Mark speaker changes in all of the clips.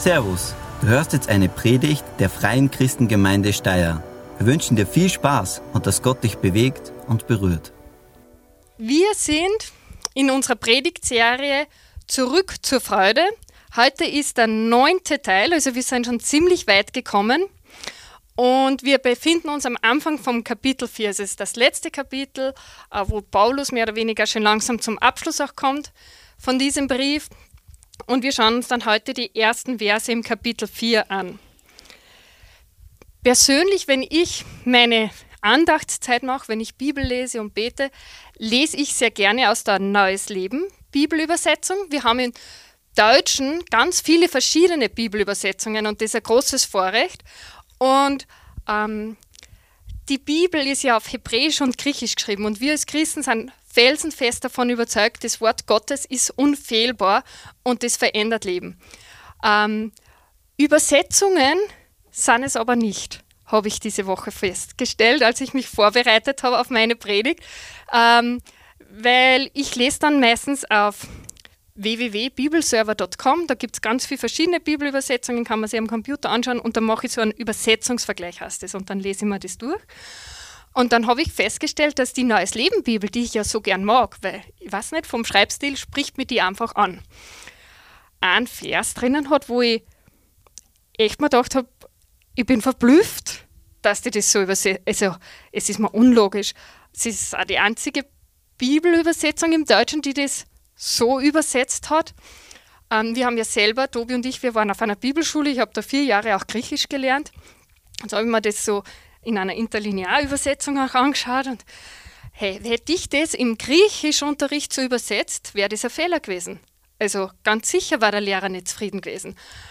Speaker 1: Servus, du hörst jetzt eine Predigt der Freien Christengemeinde Steyr. Wir wünschen dir viel Spaß und dass Gott dich bewegt und berührt.
Speaker 2: Wir sind in unserer Predigtserie Zurück zur Freude. Heute ist der 9. Teil, also wir sind schon ziemlich weit gekommen. Und wir befinden uns am Anfang vom Kapitel 4. Es ist das letzte Kapitel, wo Paulus mehr oder weniger schon langsam zum Abschluss auch kommt von diesem Brief. Und wir schauen uns dann heute die ersten Verse im Kapitel 4 an. Persönlich, wenn ich meine Andachtszeit mache, wenn ich Bibel lese und bete, lese ich sehr gerne aus der Neues Leben Bibelübersetzung. Wir haben im Deutschen ganz viele verschiedene Bibelübersetzungen und das ist ein großes Vorrecht. Und die Bibel ist ja auf Hebräisch und Griechisch geschrieben und wir als Christen sind felsenfest davon überzeugt, das Wort Gottes ist unfehlbar und das verändert Leben. Übersetzungen sind es aber nicht, habe ich diese Woche festgestellt, als ich mich vorbereitet habe auf meine Predigt, weil ich lese dann meistens auf www.bibelserver.com, da gibt es ganz viele verschiedene Bibelübersetzungen, kann man sich am Computer anschauen und dann mache ich so einen Übersetzungsvergleich, heißt das, und dann lese ich mir das durch. Und dann habe ich festgestellt, dass die Neues Leben Bibel, die ich ja so gern mag, weil, ich weiß nicht, vom Schreibstil spricht mich die einfach an, einen Vers drinnen hat, wo ich echt mir gedacht habe, ich bin verblüfft, dass die das so übersetzt. Also, es ist mir unlogisch. Es ist auch die einzige Bibelübersetzung im Deutschen, die das so übersetzt hat. Wir haben ja selber, Tobi und ich, wir waren auf einer Bibelschule, ich habe da 4 Jahre auch Griechisch gelernt. Und so habe ich mir das so in einer Interlinearübersetzung auch angeschaut und hey, hätte ich das im Griechischunterricht so übersetzt, wäre das ein Fehler gewesen. Also ganz sicher war der Lehrer nicht zufrieden gewesen.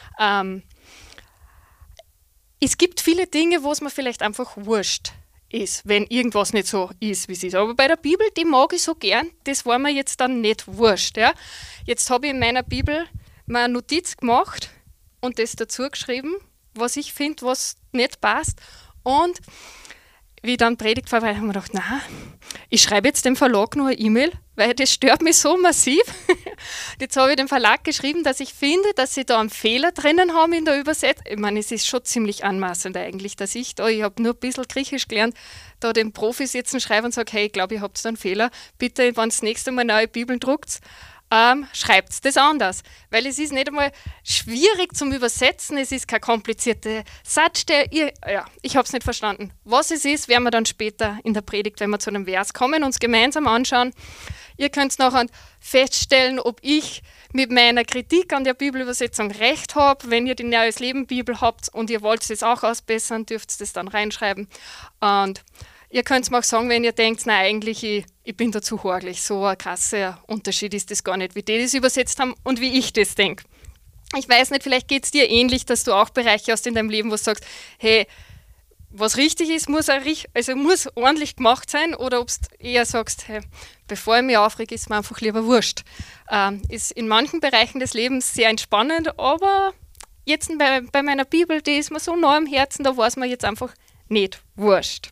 Speaker 2: Es gibt viele Dinge, wo es mir vielleicht einfach wurscht ist, wenn irgendwas nicht so ist, wie es ist. Aber bei der Bibel, die mag ich so gern, das war mir jetzt dann nicht wurscht. Ja? Jetzt habe ich in meiner Bibel mal eine Notiz gemacht und das dazu geschrieben, was ich finde, was nicht passt. Und wie ich dann predigt war, habe ich mir gedacht, nein, ich schreibe jetzt dem Verlag noch eine E-Mail, weil das stört mich so massiv. Jetzt habe ich dem Verlag geschrieben, dass ich finde, dass sie da einen Fehler drinnen haben in der Übersetzung. Ich meine, es ist schon ziemlich anmaßend eigentlich, dass ich habe nur ein bisschen Griechisch gelernt, da den Profis jetzt schreibe und sage, hey, ich glaube, ihr habt da einen Fehler. Bitte, wenn ihr das nächste Mal neue Bibeln druckt, schreibt das anders. Weil es ist nicht einmal schwierig zum Übersetzen, es ist kein komplizierter Satz, ich habe es nicht verstanden. Was es ist, werden wir dann später in der Predigt, wenn wir zu einem Vers kommen, uns gemeinsam anschauen. Ihr könnt nachher feststellen, ob ich mit meiner Kritik an der Bibelübersetzung recht habe. Wenn ihr die Neues Leben Bibel habt und ihr wollt das auch ausbessern, dürft ihr das dann reinschreiben. Und ihr könnt mir auch sagen, wenn ihr denkt, nein, eigentlich, ich bin da zu horglich. So ein krasser Unterschied ist das gar nicht, wie die das übersetzt haben und wie ich das denke. Ich weiß nicht, vielleicht geht es dir ähnlich, dass du auch Bereiche hast in deinem Leben, wo du sagst, hey, was richtig ist, muss ordentlich gemacht sein, oder ob du eher sagst, hey, bevor ich mich aufrege, ist mir einfach lieber wurscht. Ist in manchen Bereichen des Lebens sehr entspannend, aber jetzt bei meiner Bibel, die ist mir so nah am Herzen, da war es mir jetzt einfach nicht wurscht.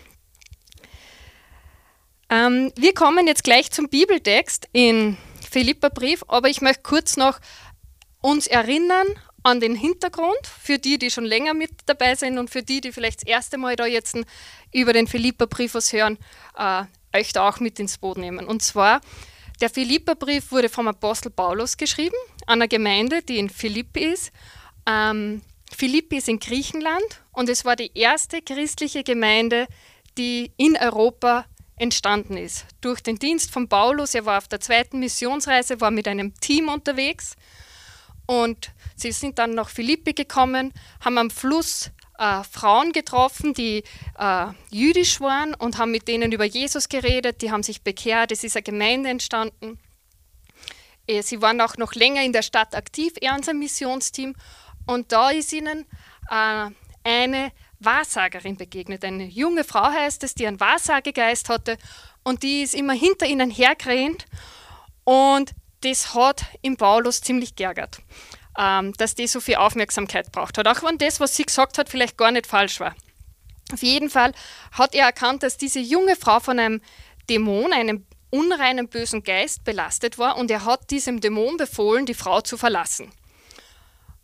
Speaker 2: Wir kommen jetzt gleich zum Bibeltext in Philipperbrief, aber ich möchte kurz noch uns erinnern an den Hintergrund, für die schon länger mit dabei sind und für die vielleicht das erste Mal da jetzt über den Philipperbrief was hören, euch da auch mit ins Boot nehmen. Und zwar, der Philipperbrief wurde vom Apostel Paulus geschrieben, einer Gemeinde, die in Philippi ist. Philippi ist in Griechenland und es war die erste christliche Gemeinde, die in Europa entstanden ist. Durch den Dienst von Paulus, er war auf der 2. Missionsreise, war mit einem Team unterwegs und sie sind dann nach Philippi gekommen, haben am Fluss Frauen getroffen, die jüdisch waren und haben mit denen über Jesus geredet, die haben sich bekehrt, es ist eine Gemeinde entstanden. Sie waren auch noch länger in der Stadt aktiv, er und sein Missionsteam, und da ist ihnen eine Wahrsagerin begegnet. Eine junge Frau heißt es, die einen Wahrsagegeist hatte und die ist immer hinter ihnen hergerannt und das hat im Paulus ziemlich geärgert, dass die so viel Aufmerksamkeit braucht hat, auch wenn das, was sie gesagt hat, vielleicht gar nicht falsch war. Auf jeden Fall hat er erkannt, dass diese junge Frau von einem Dämon, einem unreinen bösen Geist belastet war und er hat diesem Dämon befohlen, die Frau zu verlassen.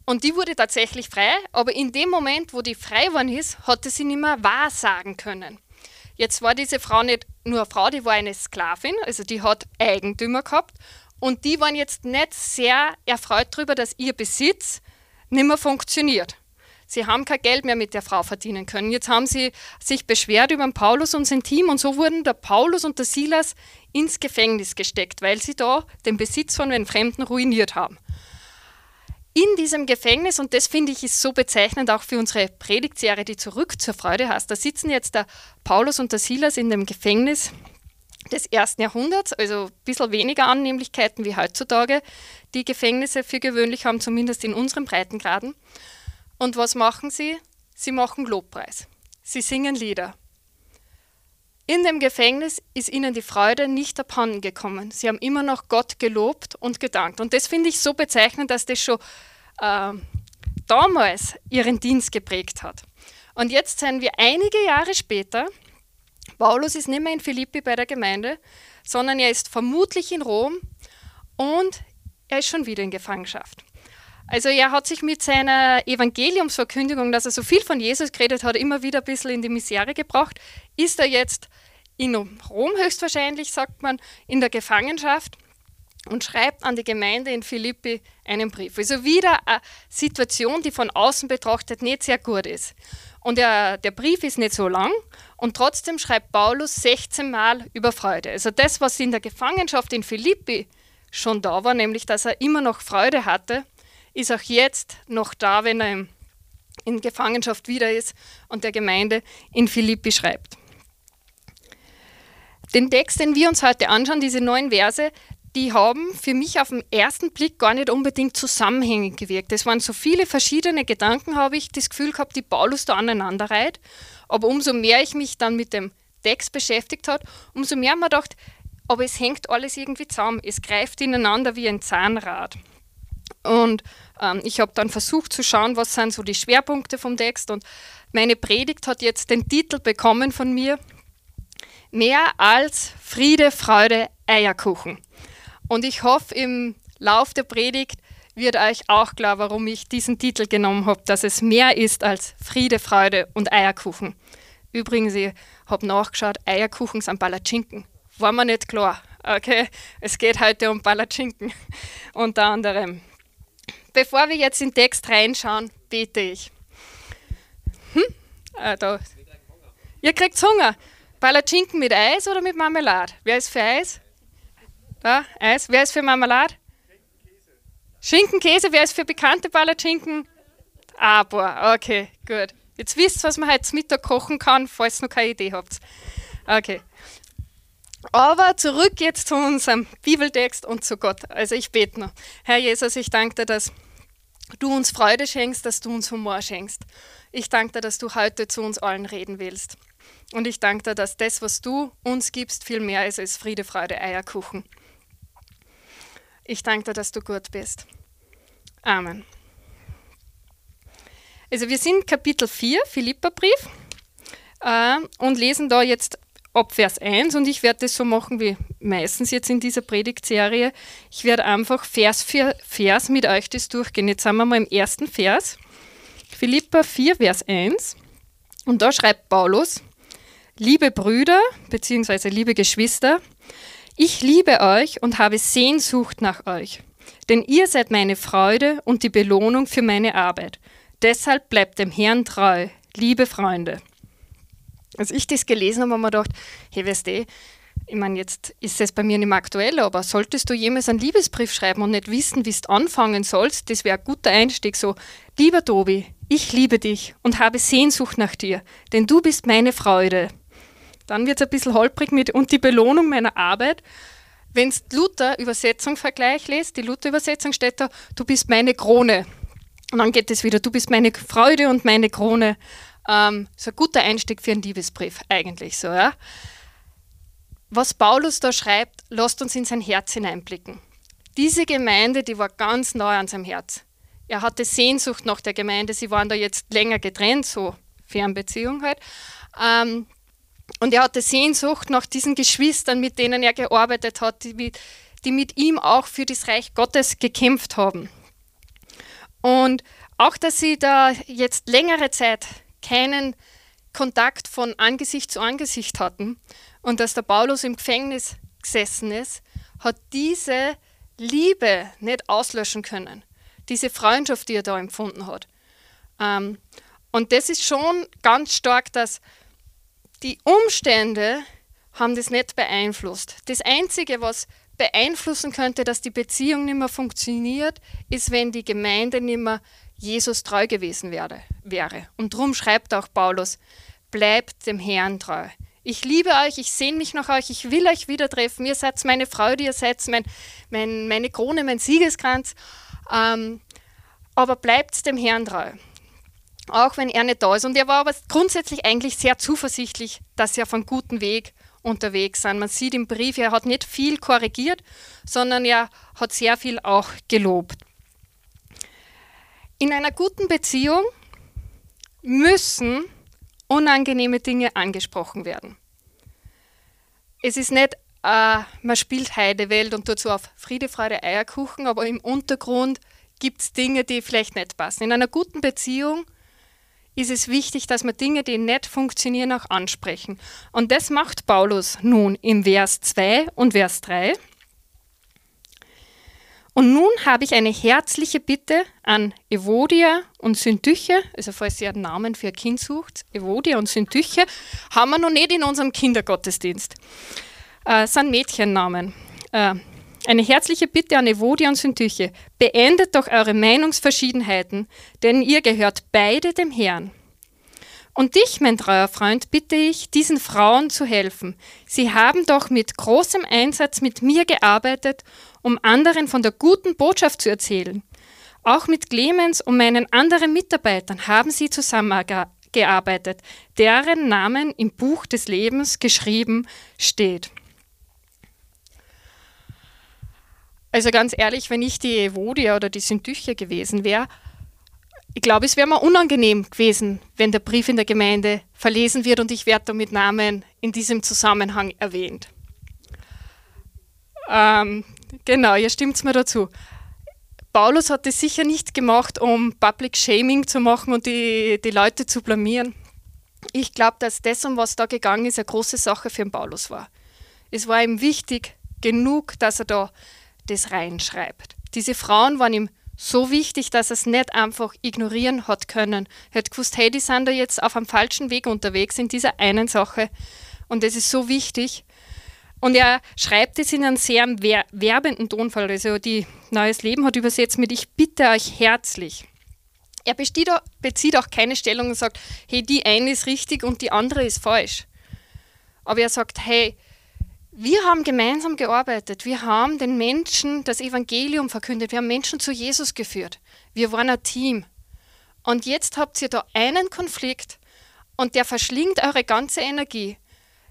Speaker 2: Und die wurde tatsächlich frei, aber in dem Moment, wo die frei geworden ist, hatte sie nicht mehr wahrsagen können. Jetzt war diese Frau nicht nur eine Frau, die war eine Sklavin, also die hat Eigentümer gehabt und die waren jetzt nicht sehr erfreut darüber, dass ihr Besitz nicht mehr funktioniert. Sie haben kein Geld mehr mit der Frau verdienen können. Jetzt haben sie sich beschwert über den Paulus und sein Team und so wurden der Paulus und der Silas ins Gefängnis gesteckt, weil sie da den Besitz von den Fremden ruiniert haben. In diesem Gefängnis, und das finde ich ist so bezeichnend auch für unsere Predigtserie, die Zurück zur Freude heißt, da sitzen jetzt der Paulus und der Silas in dem Gefängnis des 1. Jahrhunderts, also ein bisschen weniger Annehmlichkeiten wie heutzutage die Gefängnisse für gewöhnlich haben, zumindest in unseren Breitengraden. Und was machen sie? Sie machen Lobpreis. Sie singen Lieder. In dem Gefängnis ist ihnen die Freude nicht abhanden gekommen. Sie haben immer noch Gott gelobt und gedankt. Und das finde ich so bezeichnend, dass das schon damals ihren Dienst geprägt hat. Und jetzt sind wir einige Jahre später. Paulus ist nicht mehr in Philippi bei der Gemeinde, sondern er ist vermutlich in Rom und er ist schon wieder in Gefangenschaft. Also er hat sich mit seiner Evangeliumsverkündigung, dass er so viel von Jesus geredet hat, immer wieder ein bisschen in die Misere gebracht. Ist er jetzt in Rom höchstwahrscheinlich, sagt man, in der Gefangenschaft und schreibt an die Gemeinde in Philippi einen Brief. Also wieder eine Situation, die von außen betrachtet nicht sehr gut ist. Und der Brief ist nicht so lang und trotzdem schreibt Paulus 16 Mal über Freude. Also das, was in der Gefangenschaft in Philippi schon da war, nämlich dass er immer noch Freude hatte, ist auch jetzt noch da, wenn er in Gefangenschaft wieder ist und der Gemeinde in Philippi schreibt. Den Text, den wir uns heute anschauen, diese 9 Verse, die haben für mich auf den ersten Blick gar nicht unbedingt zusammenhängend gewirkt. Es waren so viele verschiedene Gedanken, habe ich das Gefühl gehabt, die Paulus da aneinander reiht. Aber umso mehr ich mich dann mit dem Text beschäftigt habe, umso mehr habe ich mir gedacht, aber es hängt alles irgendwie zusammen. Es greift ineinander wie ein Zahnrad. Und ich habe dann versucht zu schauen, was sind so die Schwerpunkte vom Text. Und meine Predigt hat jetzt den Titel bekommen von mir, Mehr als Friede, Freude, Eierkuchen. Und ich hoffe, im Lauf der Predigt wird euch auch klar, warum ich diesen Titel genommen habe, dass es mehr ist als Friede, Freude und Eierkuchen. Übrigens, ich habe nachgeschaut, Eierkuchen sind Palatschinken. War mir nicht klar. Okay, es geht heute um Palatschinken unter anderem. Bevor wir jetzt in den Text reinschauen, bete ich. Ihr kriegt Hunger. Palatschinken mit Eis oder mit Marmelade? Wer ist für Eis? Da, Eis. Wer ist für Marmelade? Schinkenkäse. Wer ist für bekannte Palatschinken? Ah, boah, okay, gut. Jetzt wisst ihr, was man heute Mittag kochen kann, falls ihr noch keine Idee habt. Okay. Aber zurück jetzt zu unserem Bibeltext und zu Gott. Also ich bete noch. Herr Jesus, ich danke dir, dass du uns Freude schenkst, dass du uns Humor schenkst. Ich danke dir, dass du heute zu uns allen reden willst. Und ich danke dir, dass das, was du uns gibst, viel mehr ist als Friede, Freude, Eierkuchen. Ich danke dir, dass du gut bist. Amen. Also wir sind Kapitel 4, Philipperbrief, und lesen da jetzt ab Vers 1 und ich werde das so machen wie meistens jetzt in dieser Predigtserie. Ich werde einfach Vers für Vers mit euch das durchgehen. Jetzt sind wir mal im ersten Vers, Philipper 4, Vers 1 und da schreibt Paulus, liebe Brüder bzw. liebe Geschwister, ich liebe euch und habe Sehnsucht nach euch, denn ihr seid meine Freude und die Belohnung für meine Arbeit. Deshalb bleibt dem Herrn treu, liebe Freunde. Als ich das gelesen habe, habe ich mir gedacht, hey, weißt du, ich meine, jetzt ist es bei mir nicht mehr aktuell, aber solltest du jemals einen Liebesbrief schreiben und nicht wissen, wie du anfangen sollst, das wäre ein guter Einstieg. So, lieber Tobi, ich liebe dich und habe Sehnsucht nach dir, denn du bist meine Freude. Dann wird es ein bisschen holprig mit und die Belohnung meiner Arbeit. Wenn du Luther-Übersetzung-Vergleich liest, die Luther-Übersetzung steht da, du bist meine Krone. Und dann geht es wieder, du bist meine Freude und meine Krone. So ein guter Einstieg für einen Liebesbrief, eigentlich so. Ja? Was Paulus da schreibt, lasst uns in sein Herz hineinblicken. Diese Gemeinde, die war ganz neu an seinem Herz. Er hatte Sehnsucht nach der Gemeinde, sie waren da jetzt länger getrennt, so Fernbeziehung halt. Und er hatte Sehnsucht nach diesen Geschwistern, mit denen er gearbeitet hat, die mit ihm auch für das Reich Gottes gekämpft haben. Und auch, dass sie da jetzt längere Zeit keinen Kontakt von Angesicht zu Angesicht hatten und dass der Paulus im Gefängnis gesessen ist, hat diese Liebe nicht auslöschen können. Diese Freundschaft, die er da empfunden hat. Und das ist schon ganz stark, dass die Umstände haben das nicht beeinflusst. Das Einzige, was beeinflussen könnte, dass die Beziehung nicht mehr funktioniert, ist, wenn die Gemeinde nicht mehr Jesus treu gewesen wäre. Und darum schreibt auch Paulus, bleibt dem Herrn treu. Ich liebe euch, ich sehne mich nach euch, ich will euch wieder treffen. Ihr seid meine Freude, ihr seid meine Krone, mein Siegeskranz. Aber bleibt dem Herrn treu. Auch wenn er nicht da ist. Und er war aber grundsätzlich eigentlich sehr zuversichtlich, dass sie auf einem guten Weg unterwegs sind. Man sieht im Brief, er hat nicht viel korrigiert, sondern er hat sehr viel auch gelobt. In einer guten Beziehung müssen unangenehme Dinge angesprochen werden. Es ist nicht, man spielt Heidewelt und tut so auf Friede, Freude, Eierkuchen, aber im Untergrund gibt es Dinge, die vielleicht nicht passen. In einer guten Beziehung ist es wichtig, dass wir Dinge, die nicht funktionieren, auch ansprechen. Und das macht Paulus nun im Vers 2 und Vers 3. Und nun habe ich eine herzliche Bitte an Evodia und Syntyche, also falls ihr einen Namen für ein Kind sucht, Evodia und Syntyche, haben wir noch nicht in unserem Kindergottesdienst. Sind Mädchennamen. Eine herzliche Bitte an Evodia und Syntyche. Beendet doch eure Meinungsverschiedenheiten, denn ihr gehört beide dem Herrn. Und dich, mein treuer Freund, bitte ich, diesen Frauen zu helfen. Sie haben doch mit großem Einsatz mit mir gearbeitet, um anderen von der guten Botschaft zu erzählen. Auch mit Clemens und meinen anderen Mitarbeitern haben sie zusammengearbeitet, deren Namen im Buch des Lebens geschrieben steht. Also ganz ehrlich, wenn ich die Evodia oder die Syntyche gewesen wäre, ich glaube, es wäre mir unangenehm gewesen, wenn der Brief in der Gemeinde verlesen wird und ich werde da mit Namen in diesem Zusammenhang erwähnt. Genau, ihr stimmt mir dazu. Paulus hat es sicher nicht gemacht, um Public Shaming zu machen und die Leute zu blamieren. Ich glaube, dass das, um was da gegangen ist, eine große Sache für den Paulus war. Es war ihm wichtig genug, dass er da das reinschreibt. Diese Frauen waren ihm so wichtig, dass er es nicht einfach ignorieren hat können. Er hat gewusst, hey, die sind da jetzt auf einem falschen Weg unterwegs in dieser einen Sache und das ist so wichtig. Und er schreibt es in einem sehr werbenden Tonfall. Also die Neues Leben hat übersetzt mit ich bitte euch herzlich. Er bezieht auch keine Stellung und sagt, hey, die eine ist richtig und die andere ist falsch. Aber er sagt, hey, wir haben gemeinsam gearbeitet, wir haben den Menschen das Evangelium verkündet, wir haben Menschen zu Jesus geführt. Wir waren ein Team. Und jetzt habt ihr da einen Konflikt und der verschlingt eure ganze Energie.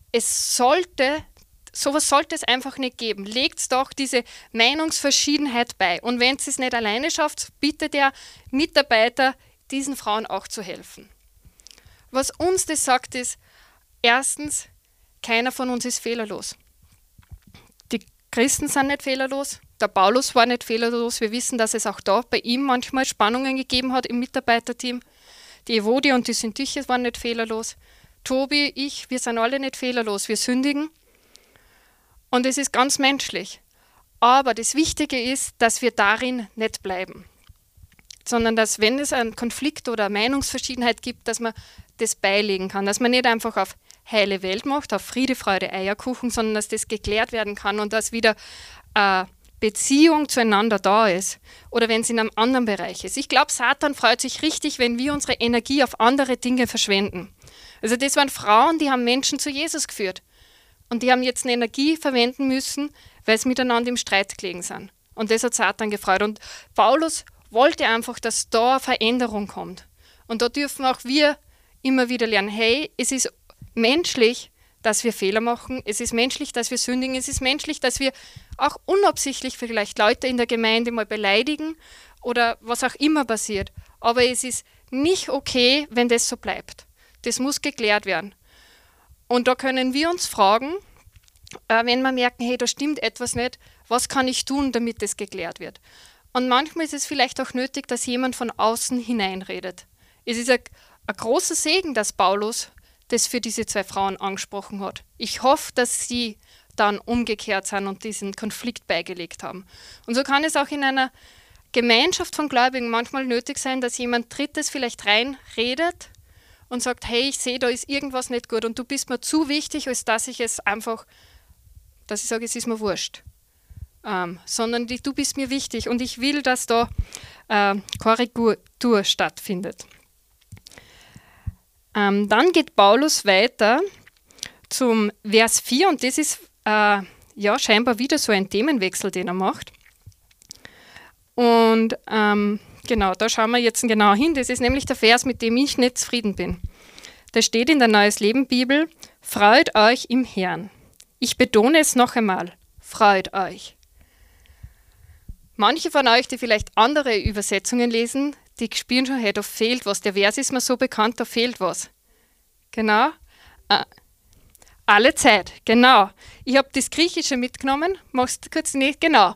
Speaker 2: Sowas sollte es einfach nicht geben. Legt doch diese Meinungsverschiedenheit bei. Und wenn es nicht alleine schafft, bitte der Mitarbeiter, diesen Frauen auch zu helfen. Was uns das sagt, ist, erstens, keiner von uns ist fehlerlos. Die Christen sind nicht fehlerlos, der Paulus war nicht fehlerlos. Wir wissen, dass es auch da bei ihm manchmal Spannungen gegeben hat im Mitarbeiterteam. Die Evodia und die Syntyche waren nicht fehlerlos. Tobi, ich, wir sind alle nicht fehlerlos, wir sündigen. Und es ist ganz menschlich. Aber das Wichtige ist, dass wir darin nicht bleiben. Sondern dass, wenn es einen Konflikt oder eine Meinungsverschiedenheit gibt, dass man das beilegen kann. Dass man nicht einfach auf heile Welt macht, auf Friede, Freude, Eierkuchen, sondern dass das geklärt werden kann und dass wieder Beziehung zueinander da ist. Oder wenn es in einem anderen Bereich ist. Ich glaube, Satan freut sich richtig, wenn wir unsere Energie auf andere Dinge verschwenden. Also das waren Frauen, die haben Menschen zu Jesus geführt. Und die haben jetzt eine Energie verwenden müssen, weil sie miteinander im Streit gelegen sind. Und das hat Satan gefreut. Und Paulus wollte einfach, dass da eine Veränderung kommt. Und da dürfen auch wir immer wieder lernen, hey, es ist menschlich, dass wir Fehler machen. Es ist menschlich, dass wir sündigen. Es ist menschlich, dass wir auch unabsichtlich vielleicht Leute in der Gemeinde mal beleidigen oder was auch immer passiert. Aber es ist nicht okay, wenn das so bleibt. Das muss geklärt werden. Und da können wir uns fragen, wenn wir merken, hey, da stimmt etwas nicht, was kann ich tun, damit das geklärt wird? Und manchmal ist es vielleicht auch nötig, dass jemand von außen hineinredet. Es ist ein großer Segen, dass Paulus das für diese 2 Frauen angesprochen hat. Ich hoffe, dass sie dann umgekehrt sind und diesen Konflikt beigelegt haben. Und so kann es auch in einer Gemeinschaft von Gläubigen manchmal nötig sein, dass jemand Drittes vielleicht reinredet und sagt, hey, ich sehe, da ist irgendwas nicht gut und du bist mir zu wichtig, als dass ich es einfach, dass ich sage, es ist mir wurscht. Sondern du bist mir wichtig und ich will, dass da Korrektur stattfindet. Dann geht Paulus weiter zum Vers 4 und das ist scheinbar wieder so ein Themenwechsel, den er macht. Und genau, da schauen wir jetzt genau hin. Das ist nämlich der Vers, mit dem ich nicht zufrieden bin. Da steht in der Neues Leben Bibel, freut euch im Herrn. Ich betone es noch einmal, freut euch. Manche von euch, die vielleicht andere Übersetzungen lesen, die spüren schon, hey, da fehlt was. Der Vers ist mir so bekannt, da fehlt was. Genau. Alle Zeit, genau. Ich habe das Griechische mitgenommen. Machst du kurz nicht? Genau.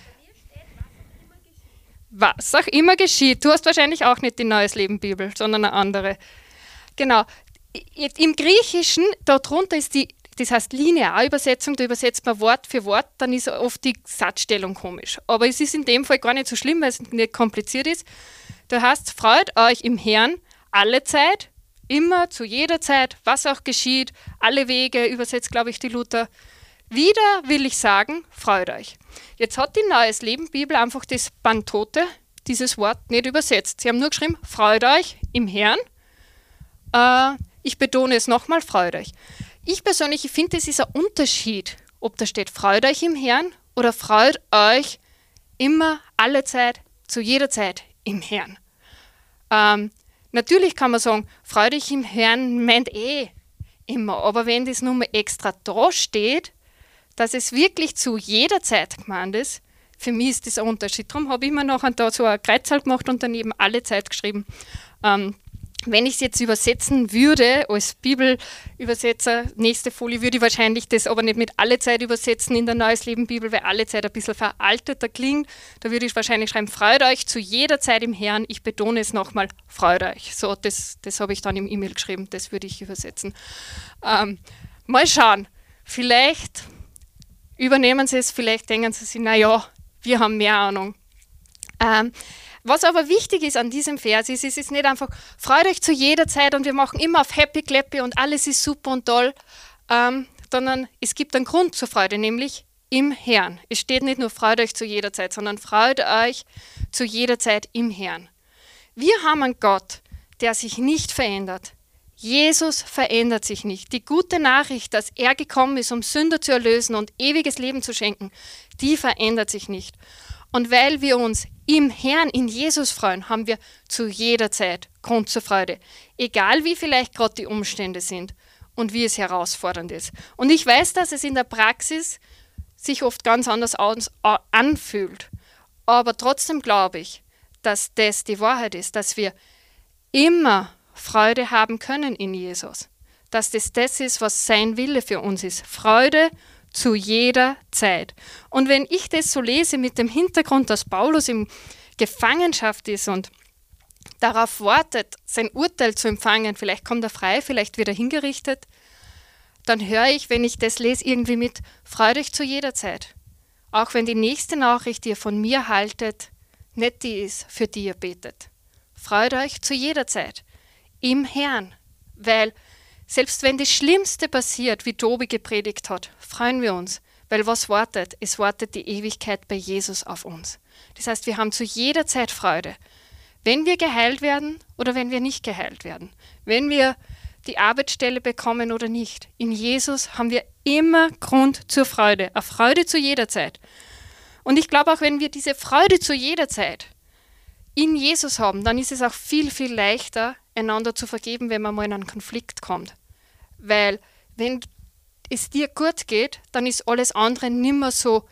Speaker 2: Was auch immer geschieht. Du hast wahrscheinlich auch nicht die Neues Leben Bibel, sondern eine andere. Genau. Im Griechischen, da drunter ist das heißt Linearübersetzung, da übersetzt man Wort für Wort, dann ist oft die Satzstellung komisch. Aber es ist in dem Fall gar nicht so schlimm, weil es nicht kompliziert ist. Da heißt, freut euch im Herrn alle Zeit, immer, zu jeder Zeit, was auch geschieht, alle Wege, übersetzt, glaube ich, die Luther. Wieder will ich sagen, freut euch. Jetzt hat die Neues Leben Bibel einfach das Pantote, dieses Wort, nicht übersetzt. Sie haben nur geschrieben, freut euch im Herrn. Ich betone es nochmal, freut euch. Ich persönlich finde, es ist ein Unterschied, ob da steht, freut euch im Herrn oder freut euch immer, alle Zeit, zu jeder Zeit im Herrn. Natürlich kann man sagen, freut euch im Herrn, meint immer. Aber wenn das nun mal extra da steht, dass es wirklich zu jeder Zeit gemeint ist, für mich ist das ein Unterschied. Darum habe ich mir nachher da so ein Kreuzal gemacht und daneben alle Zeit geschrieben. Wenn ich es jetzt übersetzen würde, als Bibelübersetzer, nächste Folie, würde ich wahrscheinlich das aber nicht mit alle Zeit übersetzen in der Neues Leben Bibel, weil alle Zeit ein bisschen veralteter klingt. Da würde ich wahrscheinlich schreiben, freut euch zu jeder Zeit im Herrn. Ich betone es nochmal, freut euch. So, das habe ich dann im E-Mail geschrieben, das würde ich übersetzen. Mal schauen, vielleicht übernehmen sie es, vielleicht denken sie sich, naja, wir haben mehr Ahnung. Was aber wichtig ist an diesem Vers ist, es ist nicht einfach, freut euch zu jeder Zeit und wir machen immer auf Happy Clappy und alles ist super und toll, sondern es gibt einen Grund zur Freude, nämlich im Herrn. Es steht nicht nur, freut euch zu jeder Zeit, sondern freut euch zu jeder Zeit im Herrn. Wir haben einen Gott, der sich nicht verändert. Jesus verändert sich nicht. Die gute Nachricht, dass er gekommen ist, um Sünder zu erlösen und ewiges Leben zu schenken, die verändert sich nicht. Und weil wir uns im Herrn, in Jesus freuen, haben wir zu jeder Zeit Grund zur Freude. Egal wie vielleicht gerade die Umstände sind und wie es herausfordernd ist. Und ich weiß, dass es in der Praxis sich oft ganz anders anfühlt. Aber trotzdem glaube ich, dass das die Wahrheit ist, dass wir immer Freude haben können in Jesus. Dass das ist, was sein Wille für uns ist. Freude zu jeder Zeit. Und wenn ich das so lese mit dem Hintergrund, dass Paulus in Gefangenschaft ist und darauf wartet, sein Urteil zu empfangen, vielleicht kommt er frei, vielleicht wird er hingerichtet, dann höre ich, wenn ich das lese, irgendwie mit, freut euch zu jeder Zeit. Auch wenn die nächste Nachricht, die ihr von mir haltet, nicht die ist, für die ihr betet. Freut euch zu jeder Zeit im Herrn, weil selbst wenn das Schlimmste passiert, wie Tobi gepredigt hat, freuen wir uns, weil was wartet? Es wartet die Ewigkeit bei Jesus auf uns. Das heißt, wir haben zu jeder Zeit Freude, wenn wir geheilt werden oder wenn wir nicht geheilt werden, wenn wir die Arbeitsstelle bekommen oder nicht. In Jesus haben wir immer Grund zur Freude, eine Freude zu jeder Zeit. Und ich glaube auch, wenn wir diese Freude zu jeder Zeit in Jesus haben, dann ist es auch viel, viel leichter, einander zu vergeben, wenn man mal in einen Konflikt kommt. Weil, wenn es dir gut geht, dann ist alles andere nimmer so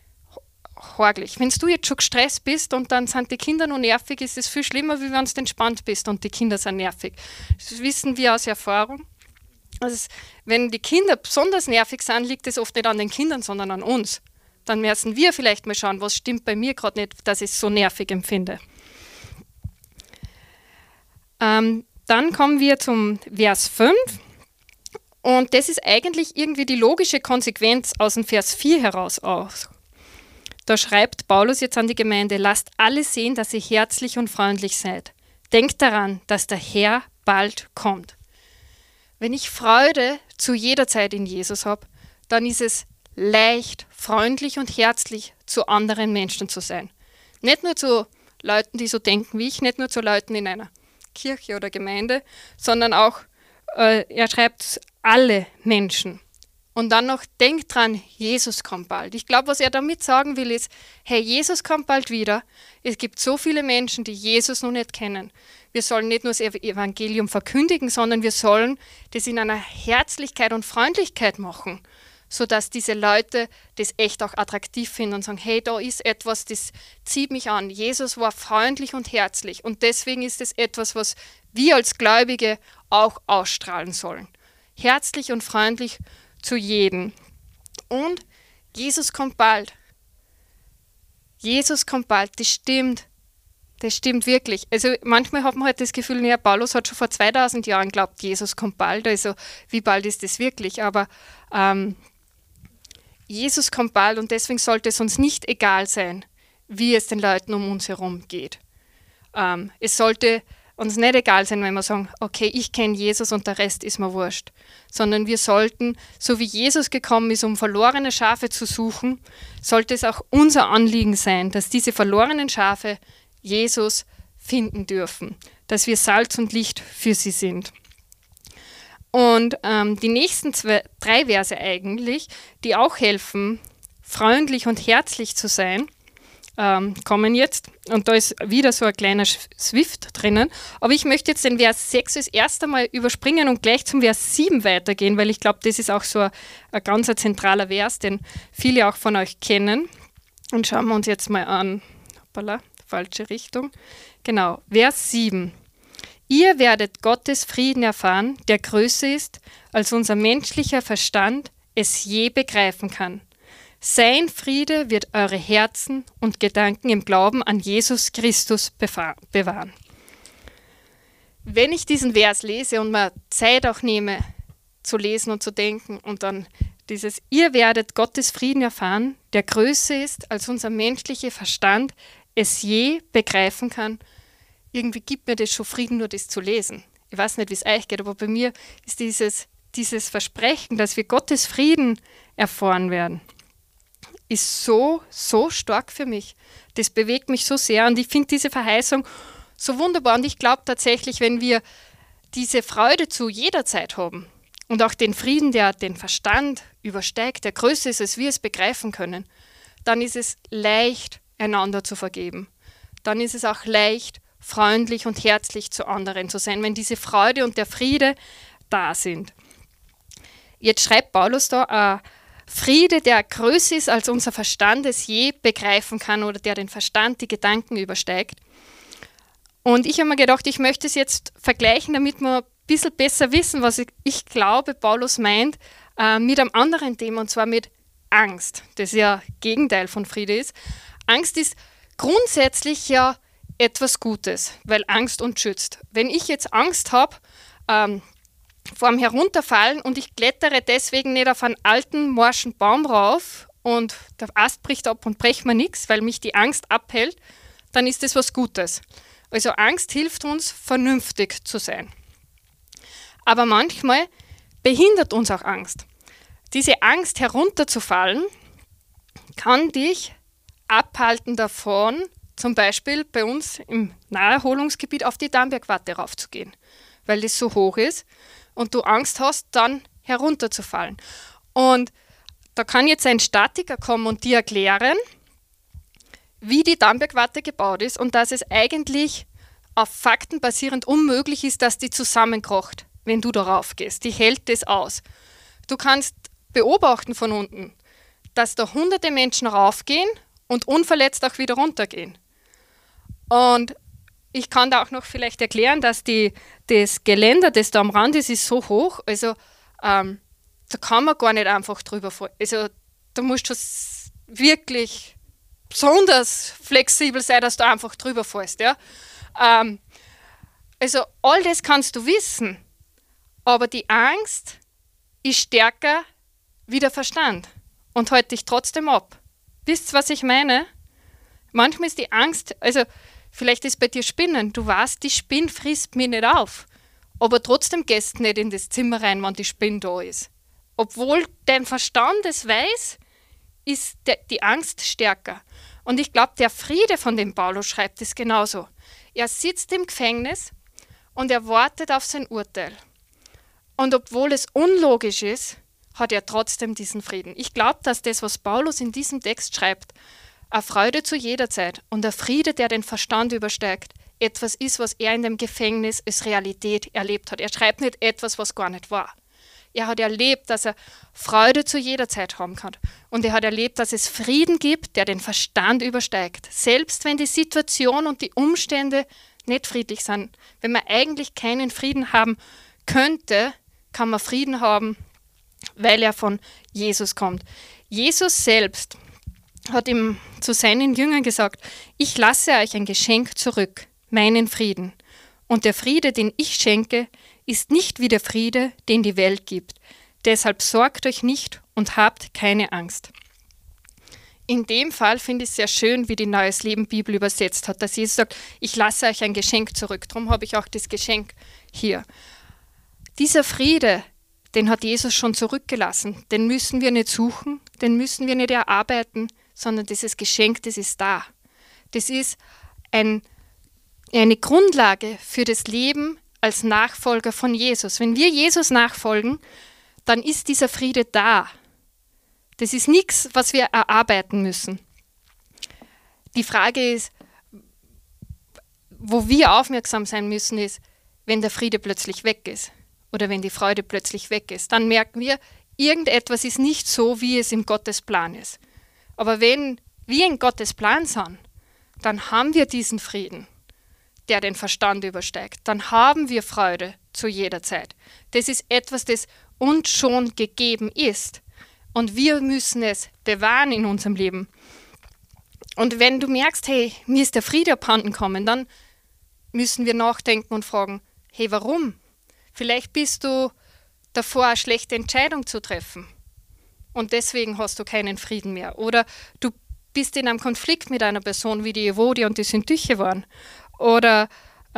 Speaker 2: horglich. Wenn du jetzt schon gestresst bist und dann sind die Kinder noch nervig, ist es viel schlimmer, wie wenn du entspannt bist und die Kinder sind nervig. Das wissen wir aus Erfahrung. Also wenn die Kinder besonders nervig sind, liegt es oft nicht an den Kindern, sondern an uns. dann müssen wir vielleicht mal schauen, was stimmt bei mir gerade nicht, dass ich es so nervig empfinde. Dann kommen wir zum Vers 5. Und das ist eigentlich irgendwie die logische Konsequenz aus dem Vers 4 heraus aus. Da schreibt Paulus jetzt an die Gemeinde: Lasst alle sehen, dass ihr herzlich und freundlich seid. Denkt daran, dass der Herr bald kommt. Wenn ich Freude zu jeder Zeit in Jesus habe, dann ist es leicht, freundlich und herzlich zu anderen Menschen zu sein. Nicht nur zu Leuten, die so denken wie ich, nicht nur zu Leuten in einer Kirche oder Gemeinde, sondern auch, er schreibt, alle Menschen. Und dann noch, denkt dran, Jesus kommt bald. Ich glaube, was er damit sagen will, ist, hey, Jesus kommt bald wieder. Es gibt so viele Menschen, die Jesus noch nicht kennen. Wir sollen nicht nur das Evangelium verkündigen, sondern wir sollen das in einer Herzlichkeit und Freundlichkeit machen, sodass diese Leute das echt auch attraktiv finden und sagen, hey, da ist etwas, das zieht mich an. Jesus war freundlich und herzlich und deswegen ist es etwas, was wir als Gläubige auch ausstrahlen sollen. Herzlich und freundlich zu jedem. Und Jesus kommt bald. Jesus kommt bald, das stimmt. Das stimmt wirklich. Also manchmal hat man halt das Gefühl, ja, Paulus hat schon vor 2000 Jahren geglaubt, Jesus kommt bald. Also wie bald ist das wirklich? Aber Jesus kommt bald und deswegen sollte es uns nicht egal sein, wie es den Leuten um uns herum geht. Es sollte uns nicht egal sein, wenn wir sagen, okay, ich kenne Jesus und der Rest ist mir wurscht. Sondern wir sollten, so wie Jesus gekommen ist, um verlorene Schafe zu suchen, sollte es auch unser Anliegen sein, dass diese verlorenen Schafe Jesus finden dürfen. Dass wir Salz und Licht für sie sind. Und die nächsten 3 Verse eigentlich, die auch helfen, freundlich und herzlich zu sein, kommen jetzt. Und da ist wieder so ein kleiner Swift drinnen. Aber ich möchte jetzt den Vers 6 das erste Mal überspringen und gleich zum Vers 7 weitergehen, weil ich glaube, das ist auch so ein ganz zentraler Vers, den viele auch von euch kennen. Und schauen wir uns jetzt mal an. Hoppala, falsche Richtung. Genau, Vers 7. Ihr werdet Gottes Frieden erfahren, der größer ist, als unser menschlicher Verstand es je begreifen kann. Sein Friede wird eure Herzen und Gedanken im Glauben an Jesus Christus bewahren. Wenn ich diesen Vers lese und mir Zeit auch nehme, zu lesen und zu denken und dann dieses, ihr werdet Gottes Frieden erfahren, der größer ist, als unser menschlicher Verstand es je begreifen kann, irgendwie gibt mir das schon Frieden, nur das zu lesen. Ich weiß nicht, wie es euch geht, aber bei mir ist dieses Versprechen, dass wir Gottes Frieden erfahren werden, ist so stark für mich. Das bewegt mich so sehr und ich finde diese Verheißung so wunderbar. Und ich glaube tatsächlich, wenn wir diese Freude zu jeder Zeit haben und auch den Frieden, der den Verstand übersteigt, der größer ist, als wir es begreifen können, dann ist es leicht, einander zu vergeben. Dann ist es auch leicht, freundlich und herzlich zu anderen zu sein, wenn diese Freude und der Friede da sind. Jetzt schreibt Paulus da, Friede, der größer ist, als unser Verstand es je begreifen kann oder der den Verstand, die Gedanken übersteigt. Und ich habe mir gedacht, ich möchte es jetzt vergleichen, damit wir ein bisschen besser wissen, was ich glaube, Paulus meint, mit einem anderen Thema, und zwar mit Angst, das ja Gegenteil von Friede ist. Angst ist grundsätzlich ja etwas Gutes, weil Angst uns schützt. Wenn ich jetzt Angst habe, vor dem Herunterfallen und ich klettere deswegen nicht auf einen alten, morschen Baum rauf und der Ast bricht ab und brecht mir nichts, weil mich die Angst abhält, dann ist das was Gutes. Also Angst hilft uns, vernünftig zu sein. Aber manchmal behindert uns auch Angst. Diese Angst, herunterzufallen, kann dich abhalten davon, zum Beispiel bei uns im Naherholungsgebiet auf die Dambergwatte raufzugehen, weil das so hoch ist und du Angst hast, dann herunterzufallen. Und da kann jetzt ein Statiker kommen und dir erklären, wie die Dambergwatte gebaut ist und dass es eigentlich auf Fakten basierend unmöglich ist, dass die zusammenkracht, wenn du darauf gehst. Die hält das aus. Du kannst beobachten von unten, dass da hunderte Menschen raufgehen und unverletzt auch wieder runtergehen. Und ich kann da auch noch vielleicht erklären, dass das Geländer, das da am Rand ist so hoch, also da kann man gar nicht einfach drüber fahren. Also da musst du wirklich besonders flexibel sein, dass du einfach drüber fällst. Ja? Also all das kannst du wissen, aber die Angst ist stärker wie der Verstand und hält dich trotzdem ab. Wisst ihr, was ich meine? Manchmal ist die Angst, also vielleicht ist bei dir Spinnen, du weißt, die Spinne frisst mich nicht auf, aber trotzdem gehst du nicht in das Zimmer rein, wenn die Spinne da ist. Obwohl dein Verstand es weiß, ist die Angst stärker. Und ich glaube, der Friede, von dem Paulus schreibt, ist genauso. Er sitzt im Gefängnis und er wartet auf sein Urteil. Und obwohl es unlogisch ist, hat er trotzdem diesen Frieden. Ich glaube, dass das, was Paulus in diesem Text schreibt, eine Freude zu jeder Zeit und ein Friede, der den Verstand übersteigt, etwas ist, was er in dem Gefängnis als Realität erlebt hat. Er schreibt nicht etwas, was gar nicht war. Er hat erlebt, dass er Freude zu jeder Zeit haben kann. Und er hat erlebt, dass es Frieden gibt, der den Verstand übersteigt. Selbst wenn die Situation und die Umstände nicht friedlich sind. Wenn man eigentlich keinen Frieden haben könnte, kann man Frieden haben, weil er von Jesus kommt. Jesus selbst hat ihm zu seinen Jüngern gesagt, ich lasse euch ein Geschenk zurück, meinen Frieden. Und der Friede, den ich schenke, ist nicht wie der Friede, den die Welt gibt. Deshalb sorgt euch nicht und habt keine Angst. In dem Fall finde ich es sehr schön, wie die Neues Leben Bibel übersetzt hat, dass Jesus sagt, ich lasse euch ein Geschenk zurück. Darum habe ich auch das Geschenk hier. Dieser Friede, den hat Jesus schon zurückgelassen. Den müssen wir nicht suchen, den müssen wir nicht erarbeiten, sondern dieses Geschenk, das ist da. Das ist eine Grundlage für das Leben als Nachfolger von Jesus. Wenn wir Jesus nachfolgen, dann ist dieser Friede da. Das ist nichts, was wir erarbeiten müssen. Die Frage ist, wo wir aufmerksam sein müssen, ist, wenn der Friede plötzlich weg ist oder wenn die Freude plötzlich weg ist. Dann merken wir, irgendetwas ist nicht so, wie es im Gottes Plan ist. Aber wenn wir in Gottes Plan sind, dann haben wir diesen Frieden, der den Verstand übersteigt. Dann haben wir Freude zu jeder Zeit. Das ist etwas, das uns schon gegeben ist. Und wir müssen es bewahren in unserem Leben. Und wenn du merkst, hey, mir ist der Friede abhanden gekommen, dann müssen wir nachdenken und fragen, hey, warum? Vielleicht bist du davor, eine schlechte Entscheidung zu treffen. Und deswegen hast du keinen Frieden mehr. Oder du bist in einem Konflikt mit einer Person, wie die Evodia und die Syntyche waren. Oder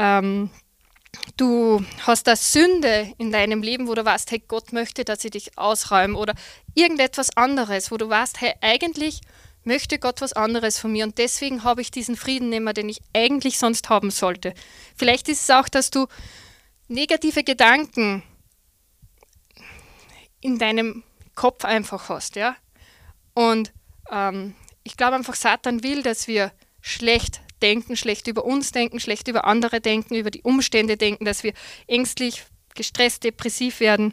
Speaker 2: du hast eine Sünde in deinem Leben, wo du weißt, hey, Gott möchte, dass ich dich ausräume. Oder irgendetwas anderes, wo du weißt, hey, eigentlich möchte Gott was anderes von mir und deswegen habe ich diesen Frieden nicht mehr, den ich eigentlich sonst haben sollte. Vielleicht ist es auch, dass du negative Gedanken in deinem Kopf einfach hast, ja. Und ich glaube einfach, Satan will, dass wir schlecht denken, schlecht über uns denken, schlecht über andere denken, über die Umstände denken, dass wir ängstlich, gestresst, depressiv werden.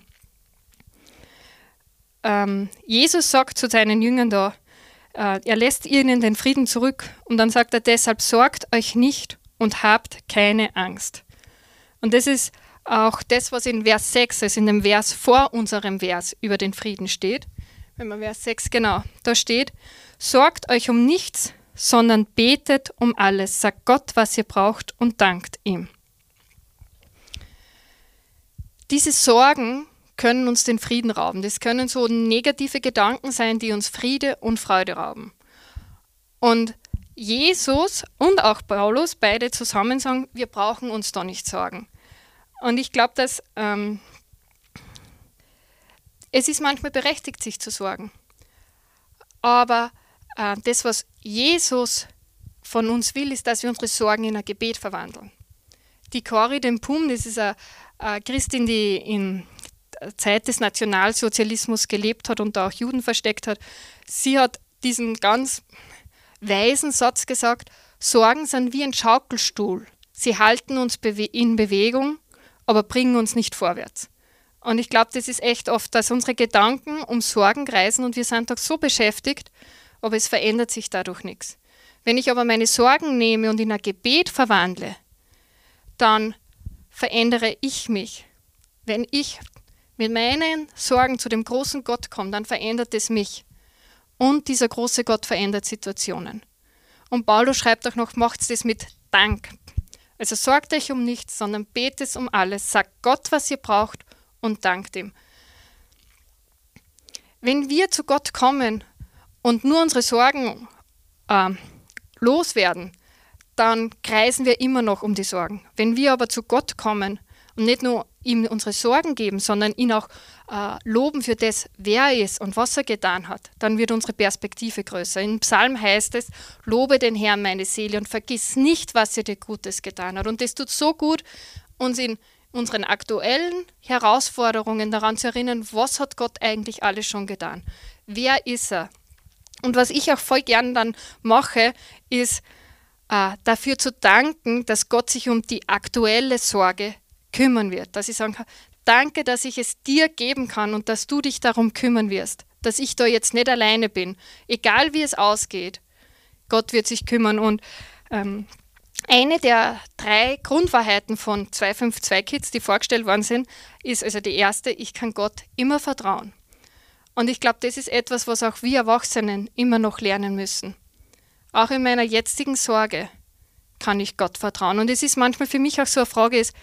Speaker 2: Jesus sagt zu seinen Jüngern da, er lässt ihnen den Frieden zurück und dann sagt er, deshalb sorgt euch nicht und habt keine Angst. Und das ist auch das, was in Vers 6, also in dem Vers vor unserem Vers über den Frieden steht. Wenn man Vers 6, genau, da steht, sorgt euch um nichts, sondern betet um alles, sagt Gott, was ihr braucht und dankt ihm. Diese Sorgen können uns den Frieden rauben. Das können so negative Gedanken sein, die uns Friede und Freude rauben. Und Jesus und auch Paulus, beide zusammen sagen, wir brauchen uns da nicht sorgen. Und ich glaube, dass es ist manchmal berechtigt, sich zu sorgen. Aber das, was Jesus von uns will, ist, dass wir unsere Sorgen in ein Gebet verwandeln. Die Corrie ten Boom, das ist eine Christin, die in der Zeit des Nationalsozialismus gelebt hat und da auch Juden versteckt hat. Sie hat diesen ganz weisen Satz gesagt, Sorgen sind wie ein Schaukelstuhl. Sie halten uns in Bewegung, aber bringen uns nicht vorwärts. Und ich glaube, das ist echt oft, dass unsere Gedanken um Sorgen kreisen und wir sind doch so beschäftigt, aber es verändert sich dadurch nichts. Wenn ich aber meine Sorgen nehme und in ein Gebet verwandle, dann verändere ich mich. Wenn ich mit meinen Sorgen zu dem großen Gott komme, dann verändert es mich. und dieser große Gott verändert Situationen. Und Paulus schreibt auch noch, macht das mit Dank. Also sorgt euch um nichts, sondern betet um alles. Sagt Gott, was ihr braucht und dankt ihm. Wenn wir zu Gott kommen und nur unsere Sorgen loswerden, dann kreisen wir immer noch um die Sorgen. Wenn wir aber zu Gott kommen und nicht nur ihm unsere Sorgen geben, sondern ihn auch loben für das, wer er ist und was er getan hat, dann wird unsere Perspektive größer. Im Psalm heißt es, lobe den Herrn meine Seele und vergiss nicht, was er dir Gutes getan hat. Und das tut so gut, uns in unseren aktuellen Herausforderungen daran zu erinnern, was hat Gott eigentlich alles schon getan? Wer ist er? Und was ich auch voll gern dann mache, ist dafür zu danken, dass Gott sich um die aktuelle Sorge kümmern wird. Dass ich sagen kann, danke, dass ich es dir geben kann und dass du dich darum kümmern wirst. Dass ich da jetzt nicht alleine bin. Egal wie es ausgeht, Gott wird sich kümmern. Und eine der 3 Grundwahrheiten von 252 Kids, die vorgestellt worden sind, ist also die erste, ich kann Gott immer vertrauen. Und ich glaube, das ist etwas, was auch wir Erwachsenen immer noch lernen müssen. Auch in meiner jetzigen Sorge kann ich Gott vertrauen. Und es ist manchmal für mich auch so eine Frage, ist,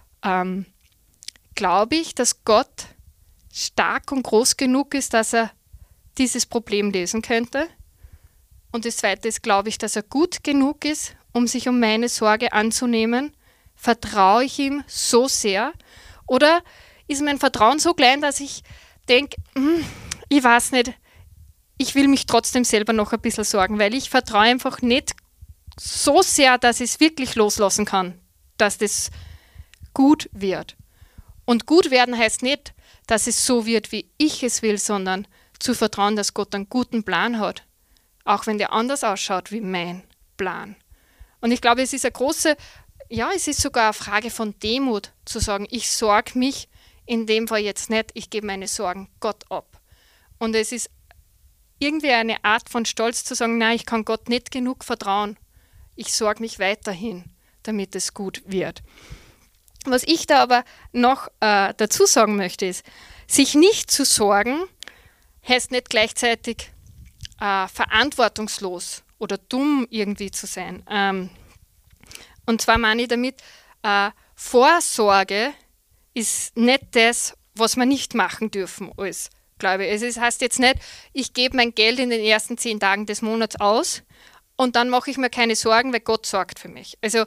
Speaker 2: glaube ich, dass Gott stark und groß genug ist, dass er dieses Problem lösen könnte? Und das Zweite ist, glaube ich, dass er gut genug ist, um sich um meine Sorge anzunehmen? Vertraue ich ihm so sehr? Oder ist mein Vertrauen so klein, dass ich denke, ich weiß nicht, ich will mich trotzdem selber noch ein bisschen sorgen, weil ich vertraue einfach nicht so sehr, dass ich es wirklich loslassen kann, dass das gut wird. Und gut werden heißt nicht, dass es so wird, wie ich es will, sondern zu vertrauen, dass Gott einen guten Plan hat, auch wenn der anders ausschaut wie mein Plan. Und ich glaube, es ist es ist sogar eine Frage von Demut, zu sagen, ich sorge mich in dem Fall jetzt nicht, ich gebe meine Sorgen Gott ab. Und es ist irgendwie eine Art von Stolz zu sagen, nein, ich kann Gott nicht genug vertrauen. Ich sorge mich weiterhin, damit es gut wird. Was ich da aber noch dazu sagen möchte, ist, sich nicht zu sorgen, heißt nicht gleichzeitig verantwortungslos oder dumm irgendwie zu sein. Und zwar meine ich damit, Vorsorge ist nicht das, was wir nicht machen dürfen als Glaube. Es heißt jetzt nicht, ich gebe mein Geld in den ersten 10 Tagen des Monats aus und dann mache ich mir keine Sorgen, weil Gott sorgt für mich. Also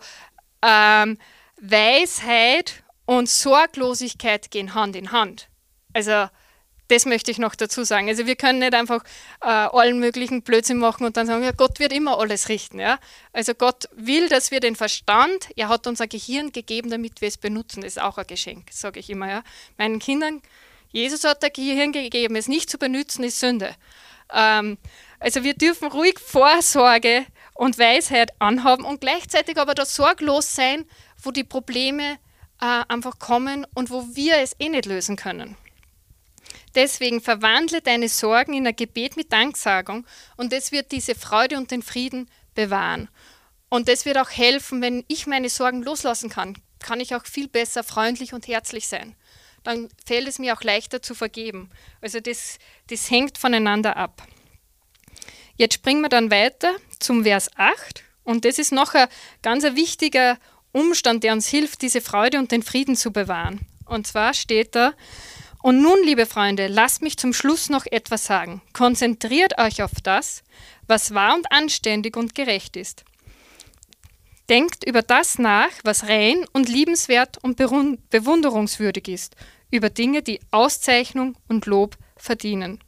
Speaker 2: Weisheit und Sorglosigkeit gehen Hand in Hand. Also das möchte ich noch dazu sagen. Also wir können nicht einfach allen möglichen Blödsinn machen und dann sagen, ja, Gott wird immer alles richten. Ja? Also Gott will, dass wir den Verstand, er hat uns ein Gehirn gegeben, damit wir es benutzen. Das ist auch ein Geschenk, sage ich immer. Ja? Meinen Kindern, Jesus hat ein Gehirn gegeben, es nicht zu benutzen ist Sünde. Also wir dürfen ruhig Vorsorge und Weisheit anhaben und gleichzeitig aber da sorglos sein, wo die Probleme einfach kommen und wo wir es nicht lösen können. Deswegen verwandle deine Sorgen in ein Gebet mit Danksagung und das wird diese Freude und den Frieden bewahren. Und das wird auch helfen, wenn ich meine Sorgen loslassen kann, kann ich auch viel besser freundlich und herzlich sein. Dann fällt es mir auch leichter zu vergeben. Also das hängt voneinander ab. Jetzt springen wir dann weiter zum Vers 8 und das ist noch ein ganz wichtiger Umstand, der uns hilft, diese Freude und den Frieden zu bewahren. Und zwar steht da, und nun, liebe Freunde, lasst mich zum Schluss noch etwas sagen. Konzentriert euch auf das, was wahr und anständig und gerecht ist. Denkt über das nach, was rein und liebenswert und bewunderungswürdig ist, über Dinge, die Auszeichnung und Lob verdienen.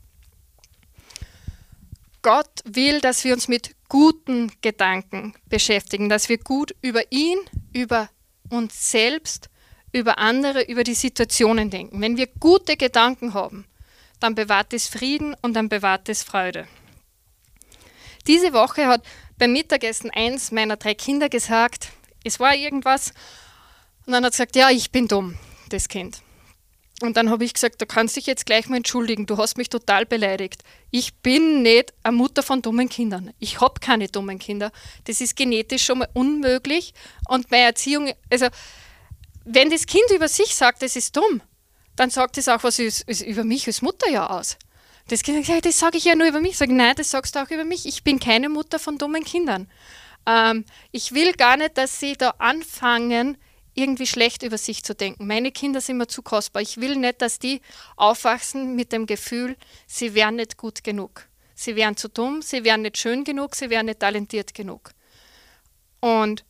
Speaker 2: Gott will, dass wir uns mit guten Gedanken beschäftigen, dass wir gut über ihn, über uns selbst, über andere, über die Situationen denken. Wenn wir gute Gedanken haben, dann bewahrt es Frieden und dann bewahrt es Freude. Diese Woche hat beim Mittagessen eins meiner 3 Kinder gesagt, es war irgendwas, und dann hat es gesagt, ja, ich bin dumm, das Kind. Und dann habe ich gesagt, du kannst dich jetzt gleich mal entschuldigen, du hast mich total beleidigt. Ich bin nicht eine Mutter von dummen Kindern. Ich habe keine dummen Kinder. Das ist genetisch schon mal unmöglich. Und meine Erziehung, also wenn das Kind über sich sagt, es ist dumm, dann sagt es auch was über mich als Mutter ja aus. Das Kind sagt, das sage ich ja nur über mich. Sag, nein, das sagst du auch über mich. Ich bin keine Mutter von dummen Kindern. Ich will gar nicht, dass sie da anfangen, irgendwie schlecht über sich zu denken. Meine Kinder sind mir zu kostbar. Ich will nicht, dass die aufwachsen mit dem Gefühl, sie wären nicht gut genug. Sie wären zu dumm, sie wären nicht schön genug, sie wären nicht talentiert genug. Und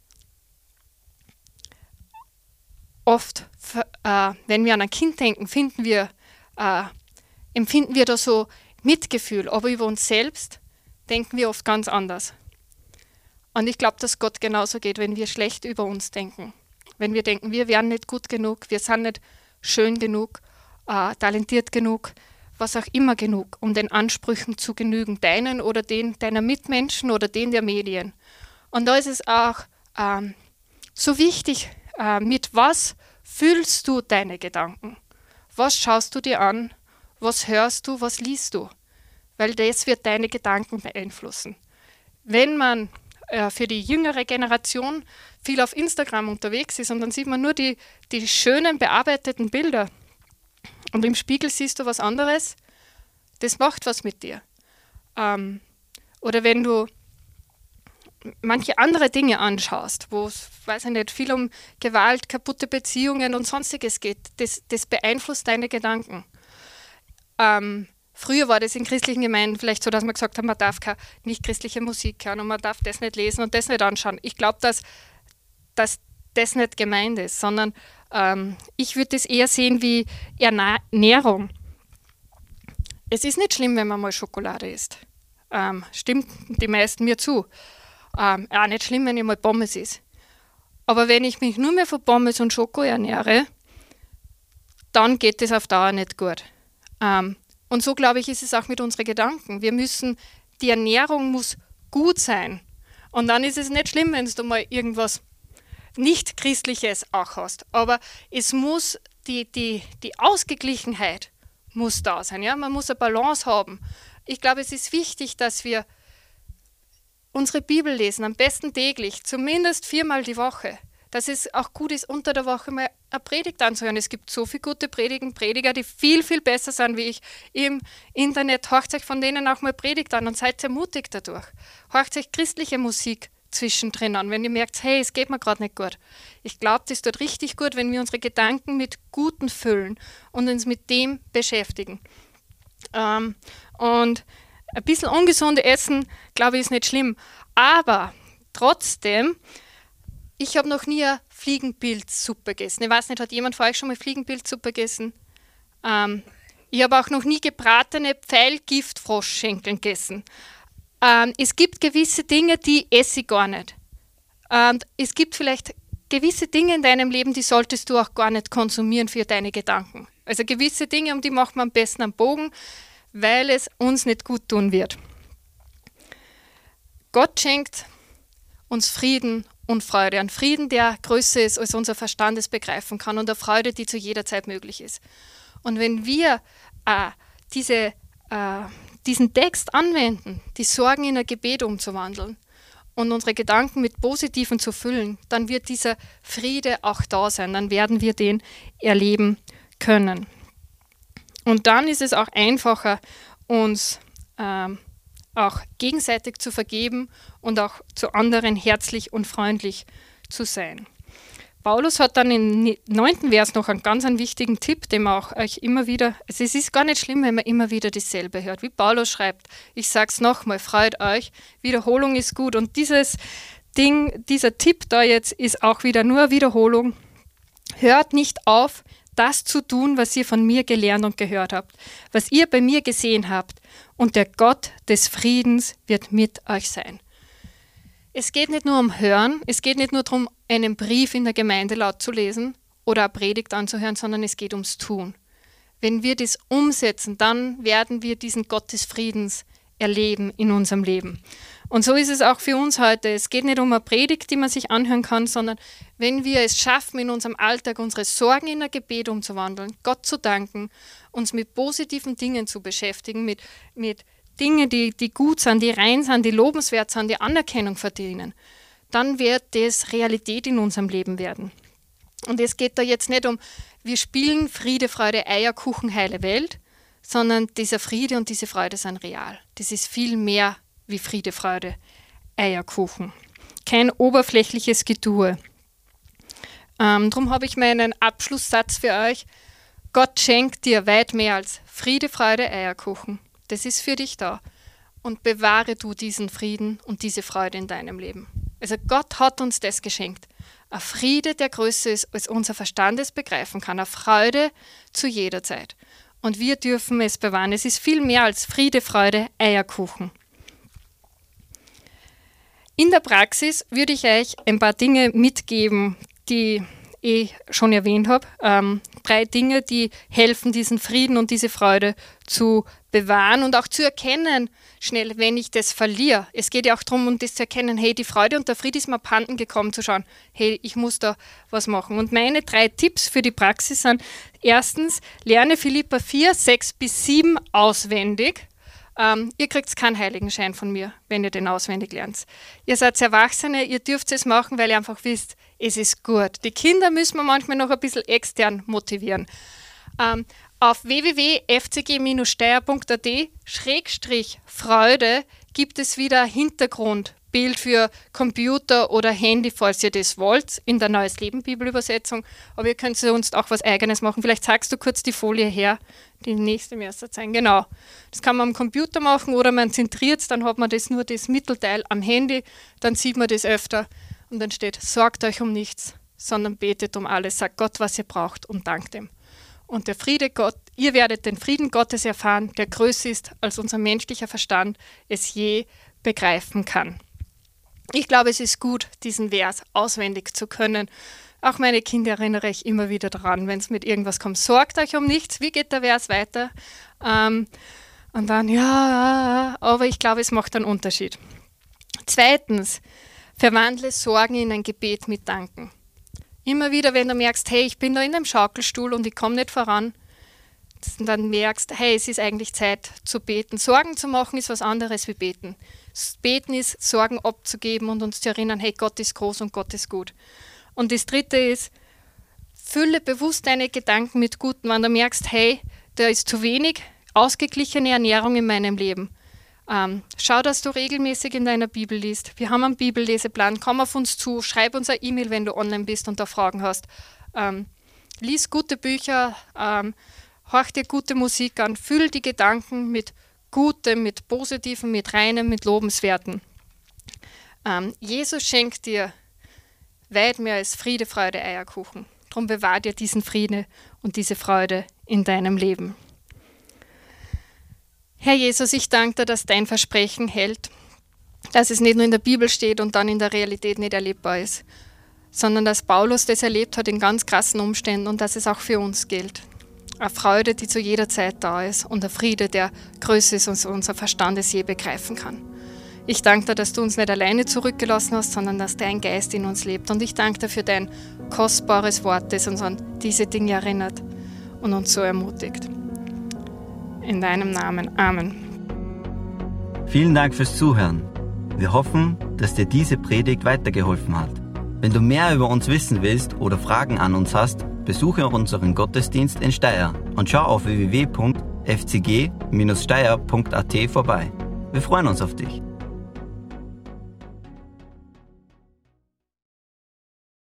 Speaker 2: oft, wenn wir an ein Kind denken, empfinden wir da so Mitgefühl, aber über uns selbst denken wir oft ganz anders. Und ich glaube, dass Gott genauso geht, wenn wir schlecht über uns denken. Wenn wir denken, wir wären nicht gut genug, wir sind nicht schön genug, talentiert genug, was auch immer genug, um den Ansprüchen zu genügen, deinen oder den deiner Mitmenschen oder den der Medien. Und da ist es auch so wichtig, mit was fühlst du deine Gedanken? Was schaust du dir an? Was hörst du? Was liest du? Weil das wird deine Gedanken beeinflussen. Wenn man für die jüngere Generation viel auf Instagram unterwegs ist und dann sieht man nur die schönen, bearbeiteten Bilder und im Spiegel siehst du was anderes, das macht was mit dir. Oder wenn du manche andere Dinge anschaust, wo es, weiß ich nicht, viel um Gewalt, kaputte Beziehungen und Sonstiges geht, das beeinflusst deine Gedanken. Früher war das in christlichen Gemeinden vielleicht so, dass man gesagt hat, man darf keine nicht christliche Musik hören und man darf das nicht lesen und das nicht anschauen. Ich glaube, dass das nicht gemeint ist, sondern ich würde das eher sehen wie Ernährung. Es ist nicht schlimm, wenn man mal Schokolade isst. Stimmt die meisten mir zu. Auch nicht schlimm, wenn ich mal Pommes esse. Aber wenn ich mich nur mehr von Pommes und Schoko ernähre, dann geht das auf Dauer nicht gut. Und so, glaube ich, ist es auch mit unseren Gedanken. Die Ernährung muss gut sein. Und dann ist es nicht schlimm, wenn du mal irgendwas nicht-Christliches auch hast. Aber es muss, die Ausgeglichenheit muss da sein. Ja? Man muss eine Balance haben. Ich glaube, es ist wichtig, dass wir unsere Bibel lesen, am besten täglich, zumindest 4-mal die Woche. Dass es auch gut ist, unter der Woche mal eine Predigt anzuhören. Es gibt so viele gute Prediger, die viel, viel besser sind wie ich im Internet. Horcht euch von denen auch mal Predigt an und seid ermutigt dadurch. Horcht euch christliche Musik zwischendrin an, wenn ihr merkt, hey, es geht mir gerade nicht gut. Ich glaube, das tut richtig gut, wenn wir unsere Gedanken mit Guten füllen und uns mit dem beschäftigen. Und ein bisschen ungesunde Essen, glaube ich, ist nicht schlimm. Aber trotzdem, ich habe noch nie eine Fliegenpilzsuppe gegessen. Ich weiß nicht, hat jemand von euch schon mal Fliegenpilzsuppe gegessen? Ich habe auch noch nie gebratene Pfeilgiftfroschschenkeln gegessen. Es gibt gewisse Dinge, die esse ich gar nicht. Es gibt vielleicht gewisse Dinge in deinem Leben, die solltest du auch gar nicht konsumieren für deine Gedanken. Also gewisse Dinge, um die macht man am besten am Bogen, weil es uns nicht gut tun wird. Gott schenkt uns Frieden und Freude. Ein Frieden, der größer ist, als unser Verstand es begreifen kann und eine Freude, die zu jeder Zeit möglich ist. Und wenn wir diesen Text anwenden, die Sorgen in ein Gebet umzuwandeln und unsere Gedanken mit Positiven zu füllen, dann wird dieser Friede auch da sein. Dann werden wir den erleben können. Und dann ist es auch einfacher, uns auch gegenseitig zu vergeben und auch zu anderen herzlich und freundlich zu sein. Paulus hat dann im 9. Vers noch einen ganz wichtigen Tipp, den man auch euch immer wieder, also es ist gar nicht schlimm, wenn man immer wieder dasselbe hört, wie Paulus schreibt, ich sage es nochmal, freut euch, Wiederholung ist gut. Und dieser Tipp da jetzt ist auch wieder nur eine Wiederholung. Hört nicht auf, das zu tun, was ihr von mir gelernt und gehört habt, was ihr bei mir gesehen habt, und der Gott des Friedens wird mit euch sein. Es geht nicht nur um Hören, es geht nicht nur darum, einen Brief in der Gemeinde laut zu lesen oder eine Predigt anzuhören, sondern es geht ums Tun. Wenn wir das umsetzen, dann werden wir diesen Gott des Friedens erleben in unserem Leben. Und so ist es auch für uns heute. Es geht nicht um eine Predigt, die man sich anhören kann, sondern wenn wir es schaffen, in unserem Alltag unsere Sorgen in ein Gebet umzuwandeln, Gott zu danken, uns mit positiven Dingen zu beschäftigen, mit Dingen, die gut sind, die rein sind, die lobenswert sind, die Anerkennung verdienen, dann wird das Realität in unserem Leben werden. Und es geht da jetzt nicht um, wir spielen Friede, Freude, Eierkuchen, heile Welt, sondern dieser Friede und diese Freude sind real. Das ist viel mehr wie Friede, Freude, Eierkuchen. Kein oberflächliches Getue. Darum habe ich meinen Abschlusssatz für euch. Gott schenkt dir weit mehr als Friede, Freude, Eierkuchen. Das ist für dich da. Und bewahre du diesen Frieden und diese Freude in deinem Leben. Also Gott hat uns das geschenkt. Ein Friede, der größer ist, als unser Verstand es begreifen kann. Eine Freude zu jeder Zeit. Und wir dürfen es bewahren. Es ist viel mehr als Friede, Freude, Eierkuchen. In der Praxis würde ich euch ein paar Dinge mitgeben, die ich schon erwähnt habe. 3 Dinge, die helfen, diesen Frieden und diese Freude zu bewahren und auch zu erkennen, schnell, wenn ich das verliere. Es geht ja auch darum, das zu erkennen, hey, die Freude und der Friede ist mir abhanden gekommen, zu schauen, hey, ich muss da was machen. Und meine 3 Tipps für die Praxis sind: Erstens, lerne Philipper 4, 6 bis 7 auswendig. Ihr kriegt keinen Heiligenschein von mir, wenn ihr den auswendig lernt. Ihr seid Erwachsene, ihr dürft es machen, weil ihr einfach wisst, es ist gut. Die Kinder müssen wir manchmal noch ein bisschen extern motivieren. Auf www.fcg-steyr.at/Freude gibt es wieder Hintergrundbild für Computer oder Handy, falls ihr das wollt, in der Neues Leben Bibelübersetzung. Aber ihr könnt sonst auch was Eigenes machen. Vielleicht zeigst du kurz die Folie her, die nächste mir erst zeigen. Genau. Das kann man am Computer machen oder man zentriert es, dann hat man das nur das Mittelteil am Handy, dann sieht man das öfter und dann steht: Sorgt euch um nichts, sondern betet um alles. Sagt Gott, was ihr braucht und dankt ihm. Und der Friede Gott, ihr werdet den Frieden Gottes erfahren, der größer ist, als unser menschlicher Verstand es je begreifen kann. Ich glaube, es ist gut, diesen Vers auswendig zu können. Auch meine Kinder erinnere ich immer wieder daran, wenn es mit irgendwas kommt. Sorgt euch um nichts. Wie geht der Vers weiter? Und dann, ja, aber ich glaube, es macht einen Unterschied. Zweitens, verwandle Sorgen in ein Gebet mit Danken. Immer wieder, wenn du merkst, hey, ich bin da in einem Schaukelstuhl und ich komme nicht voran, dann merkst, hey, es ist eigentlich Zeit zu beten. Sorgen zu machen ist was anderes wie beten. Beten ist, Sorgen abzugeben und uns zu erinnern, hey, Gott ist groß und Gott ist gut. Und das Dritte ist, fülle bewusst deine Gedanken mit Guten. Wenn du merkst, hey, da ist zu wenig ausgeglichene Ernährung in meinem Leben. Schau, dass du regelmäßig in deiner Bibel liest. Wir haben einen Bibelleseplan. Komm auf uns zu, schreib uns eine E-Mail, wenn du online bist und da Fragen hast. Lies gute Bücher, horch dir gute Musik an, füll die Gedanken mit Gutem, mit Positivem, mit Reinem, mit Lobenswerten. Jesus schenkt dir weit mehr als Friede, Freude, Eierkuchen. Darum bewahr dir diesen Frieden und diese Freude in deinem Leben. Herr Jesus, ich danke dir, dass dein Versprechen hält, dass es nicht nur in der Bibel steht und dann in der Realität nicht erlebbar ist, sondern dass Paulus das erlebt hat in ganz krassen Umständen und dass es auch für uns gilt. Eine Freude, die zu jeder Zeit da ist und ein Friede, der größer ist, als unser Verstand es je begreifen kann. Ich danke dir, dass du uns nicht alleine zurückgelassen hast, sondern dass dein Geist in uns lebt. Und ich danke dir für dein kostbares Wort, das uns an diese Dinge erinnert und uns so ermutigt. In deinem Namen. Amen.
Speaker 1: Vielen Dank fürs Zuhören. Wir hoffen, dass dir diese Predigt weitergeholfen hat. Wenn du mehr über uns wissen willst oder Fragen an uns hast, besuche unseren Gottesdienst in Steyr und schau auf www.fcg-steyr.at vorbei. Wir freuen uns auf dich.